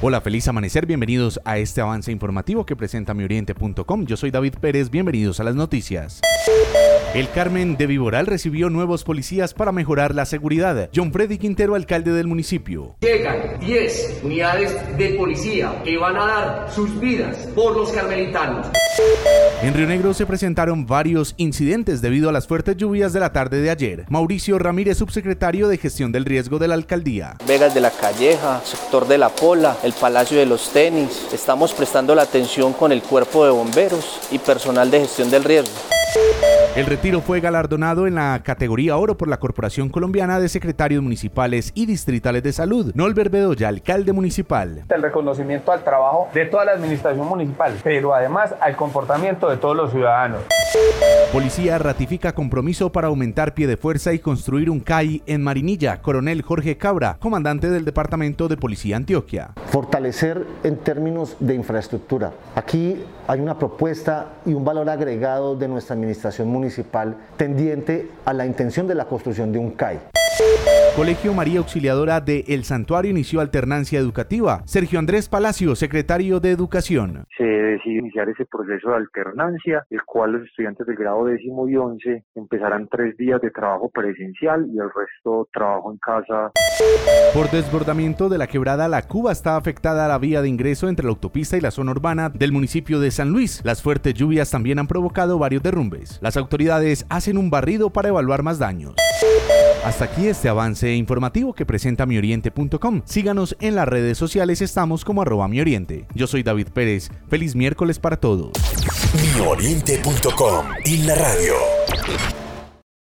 Hola, feliz amanecer, bienvenidos a este avance informativo que presenta mioriente.com. Yo soy David Pérez, bienvenidos a las noticias. El Carmen de Viboral recibió nuevos policías para mejorar la seguridad. John Freddy Quintero, alcalde del municipio. Llegan 10 unidades de policía que van a dar sus vidas por los carmelitanos. En Río Negro se presentaron varios incidentes debido a las fuertes lluvias de la tarde de ayer. Mauricio Ramírez, subsecretario de Gestión del Riesgo de la alcaldía. Vegas de la Calleja, sector de La Pola, el Palacio de los Tenis. Estamos prestando la atención con el cuerpo de bomberos y personal de gestión del riesgo. El Retiro fue galardonado en la categoría oro por la Corporación Colombiana de Secretarios Municipales y Distritales de Salud. Nolber Bedoya, alcalde municipal. El reconocimiento al trabajo de toda la administración municipal, pero además al comportamiento de todos los ciudadanos. Policía ratifica compromiso para aumentar pie de fuerza y construir un CAI en Marinilla. Coronel Jorge Cabra, comandante del Departamento de Policía Antioquia. Fortalecer en términos de infraestructura. Aquí hay una propuesta y un valor agregado de nuestra administración municipal tendiente a la intención de la construcción de un CAI. Colegio María Auxiliadora de El Santuario inició alternancia educativa. Sergio Andrés Palacio, secretario de Educación. Se decide iniciar ese proceso de alternancia, el cual los estudiantes del grado 10º y 11 empezarán 3 días de trabajo presencial y el resto trabajo en casa. Por desbordamiento de la quebrada La Cuba está afectada la vía de ingreso entre la autopista y la zona urbana del municipio de San Luis. Las fuertes lluvias también han provocado varios derrumbes. Las autoridades hacen un barrido para evaluar más daños. Hasta aquí este avance informativo que presenta mioriente.com. Síganos en las redes sociales, estamos como @mioriente. Yo soy David Pérez, feliz miércoles para todos. mioriente.com, en la radio.